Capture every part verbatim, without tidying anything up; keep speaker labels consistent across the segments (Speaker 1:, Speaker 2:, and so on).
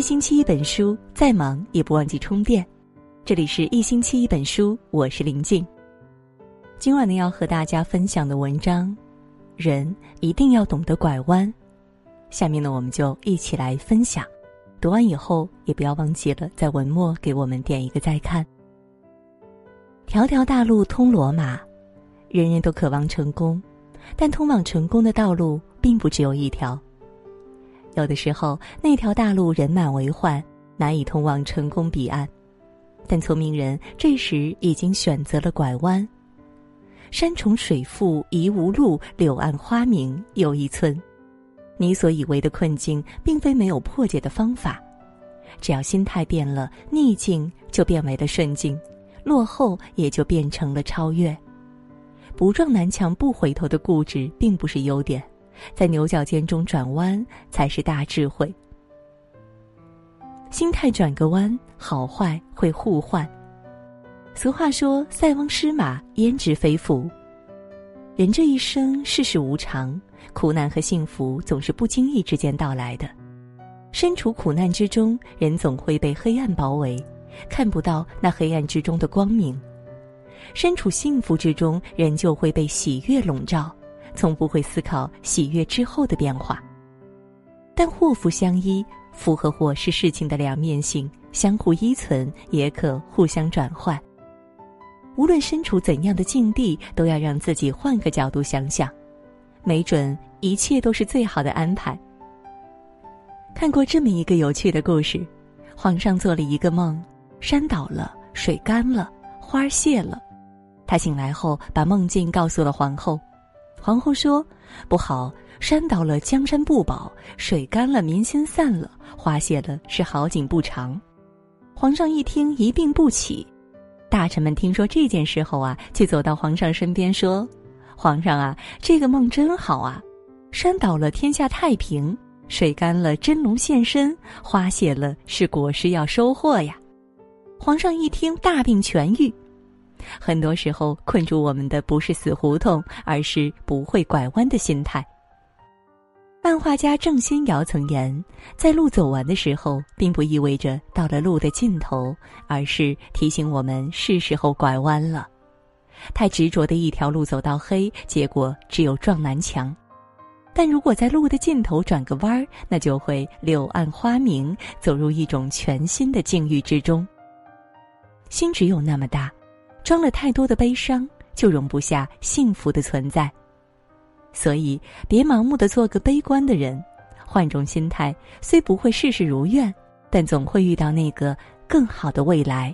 Speaker 1: 一星期一本书，再忙也不忘记充电。这里是一星期一本书，我是林静。今晚呢，要和大家分享的文章，人一定要懂得拐弯。下面呢，我们就一起来分享。读完以后，也不要忘记了在文末给我们点一个再看。条条大路通罗马，人人都渴望成功，但通往成功的道路并不只有一条。有的时候，那条大路人满为患，难以通往成功彼岸。但聪明人这时已经选择了拐弯。山重水复疑无路，柳暗花明又一村。你所以为的困境，并非没有破解的方法。只要心态变了，逆境就变为了顺境，落后也就变成了超越。不撞南墙不回头的固执，并不是优点。在牛角尖中转弯才是大智慧。心态转个弯，好坏会互换。俗话说，塞翁失马，焉知非福。人这一生世事无常，苦难和幸福总是不经意之间到来的。身处苦难之中，人总会被黑暗包围，看不到那黑暗之中的光明。身处幸福之中，人就会被喜悦笼罩，从不会思考喜悦之后的变化。但祸福相依，福和祸是事情的两面性，相互依存，也可互相转换。无论身处怎样的境地，都要让自己换个角度想想，没准一切都是最好的安排。看过这么一个有趣的故事，皇上做了一个梦，山倒了，水干了，花谢了。他醒来后把梦境告诉了皇后。皇后说，不好，山倒了江山不保，水干了民心散了，花谢了是好景不长。皇上一听一病不起。大臣们听说这件事后啊，就走到皇上身边说，皇上啊，这个梦真好啊，山倒了天下太平，水干了真龙现身，花谢了是果实要收获呀。皇上一听大病痊愈。很多时候困住我们的不是死胡同，而是不会拐弯的心态。漫画家郑先尧曾言，在路走完的时候，并不意味着到了路的尽头，而是提醒我们是时候拐弯了。太执着的一条路走到黑，结果只有撞南墙。但如果在路的尽头转个弯，那就会柳暗花明，走入一种全新的境遇之中。心只有那么大，装了太多的悲伤，就容不下幸福的存在。所以别盲目地做个悲观的人，换种心态，虽不会事事如愿，但总会遇到那个更好的未来。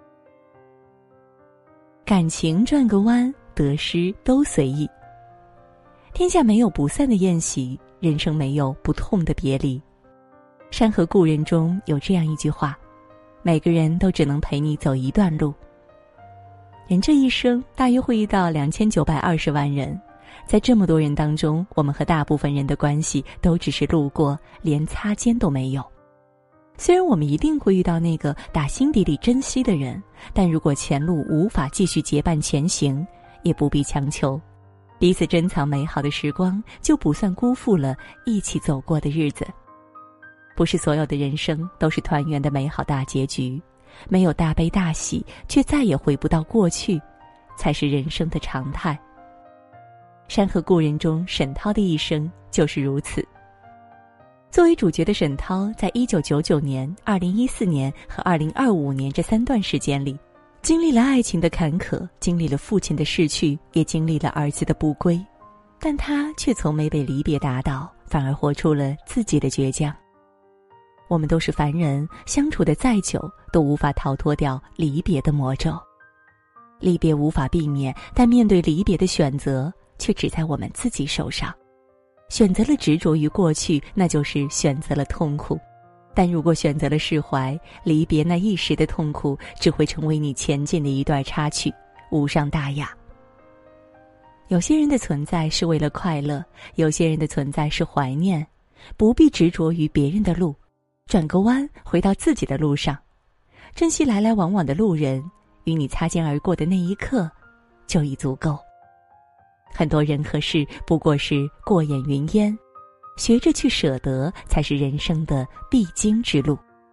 Speaker 1: 感情转个弯，得失都随意。天下没有不散的宴席，人生没有不痛的别离。山河故人中有这样一句话，每个人都只能陪你走一段路。人这一生大约会遇到两千九百二十万人，在这么多人当中，我们和大部分人的关系都只是路过，连擦肩都没有。虽然我们一定会遇到那个打心底里珍惜的人，但如果前路无法继续结伴前行，也不必强求。彼此珍藏美好的时光，就不算辜负了一起走过的日子。不是所有的人生都是团圆的美好大结局，没有大悲大喜，却再也回不到过去，才是人生的常态。山河故人中，沈涛的一生就是如此。作为主角的沈涛，在一九九九年、二零一四年和二零二五年这三段时间里，经历了爱情的坎坷，经历了父亲的逝去，也经历了儿子的不归，但他却从没被离别打倒，反而活出了自己的倔强。我们都是凡人，相处的再久，都无法逃脱掉离别的魔咒。离别无法避免，但面对离别的选择，却只在我们自己手上。选择了执着于过去，那就是选择了痛苦。但如果选择了释怀，离别那一时的痛苦，只会成为你前进的一段插曲，无伤大雅。有些人的存在是为了快乐，有些人的存在是怀念，不必执着于别人的路，转个弯，回到自己的路上，珍惜来来往往的路人，与你擦肩而过的那一刻，就已足够。很多人和事不过是过眼云烟，学着去舍得，才是人生的必经之路。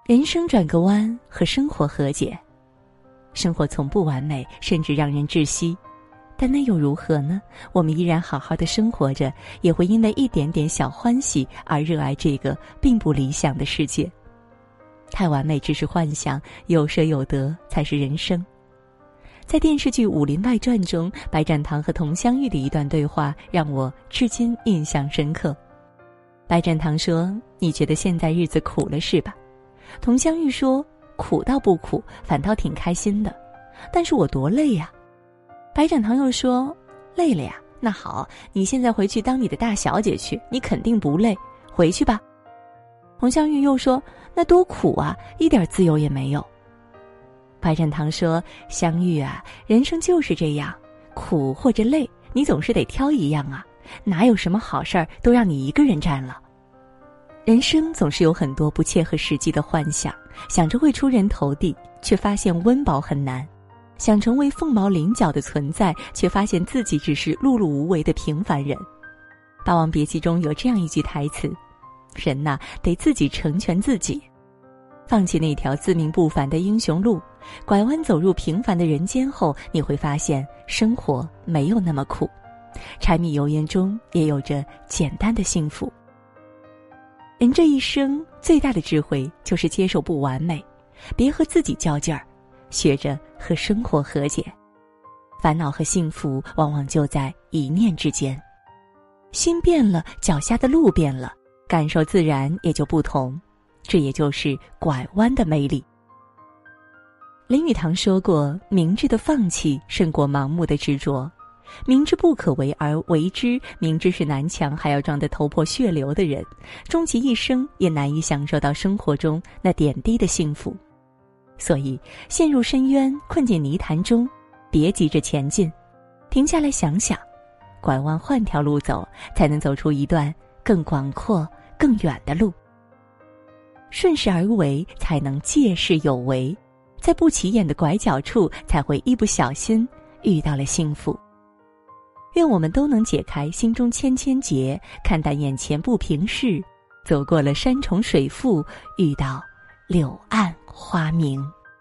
Speaker 1: 人生转个弯，和生活和解。生活从不完美，甚至让人窒息，但那又如何呢？我们依然好好的生活着，也会因为一点点小欢喜而热爱这个并不理想的世界。太完美只是幻想，有舍有得才是人生。在电视剧《武林外传》中，白展堂和佟湘玉的一段对话让我至今印象深刻。白展堂说：“你觉得现在日子苦了是吧？”佟湘玉说：“苦倒不苦，反倒挺开心的，但是我多累呀。”白展堂又说：“累了呀，那好，你现在回去当你的大小姐去，你肯定不累，回去吧。”佟湘玉又说：“那多苦啊，一点自由也没有。”白展堂说：“湘玉啊，人生就是这样，苦或者累，你总是得挑一样啊，哪有什么好事儿都让你一个人占了。人生总是有很多不切合实际的幻想，想着会出人头地，却发现温饱很难；想成为凤毛麟角的存在，却发现自己只是碌碌无为的平凡人。《霸王别姬》中有这样一句台词：人呐，得自己成全自己，放弃那条自命不凡的英雄路，拐弯走入平凡的人间后，你会发现生活没有那么苦，柴米油盐中也有着简单的幸福。人这一生最大的智慧就是接受不完美，别和自己较劲儿，学着和生活和解。烦恼和幸福往往就在一念之间，心变了，脚下的路变了，感受自然也就不同，这也就是拐弯的魅力。林语堂说过，明智的放弃胜过盲目的执着，明知不可为而为之，明知是南墙还要撞得头破血流的人，终其一生也难以享受到生活中那点滴的幸福。所以陷入深渊，困进泥潭中，别急着前进，停下来想想，拐弯换条路走，才能走出一段更广阔更远的路。顺势而为，才能借势有为，在不起眼的拐角处，才会一不小心遇到了幸福。愿我们都能解开心中千千结，看淡眼前不平事，走过了山重水复，遇到柳暗花明。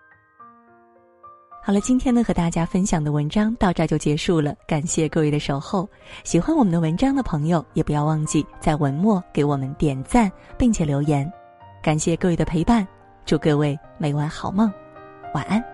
Speaker 1: 好了，今天呢和大家分享的文章到这就结束了，感谢各位的守候。喜欢我们的文章的朋友，也不要忘记在文末给我们点赞并且留言。感谢各位的陪伴，祝各位每晚好梦，晚安。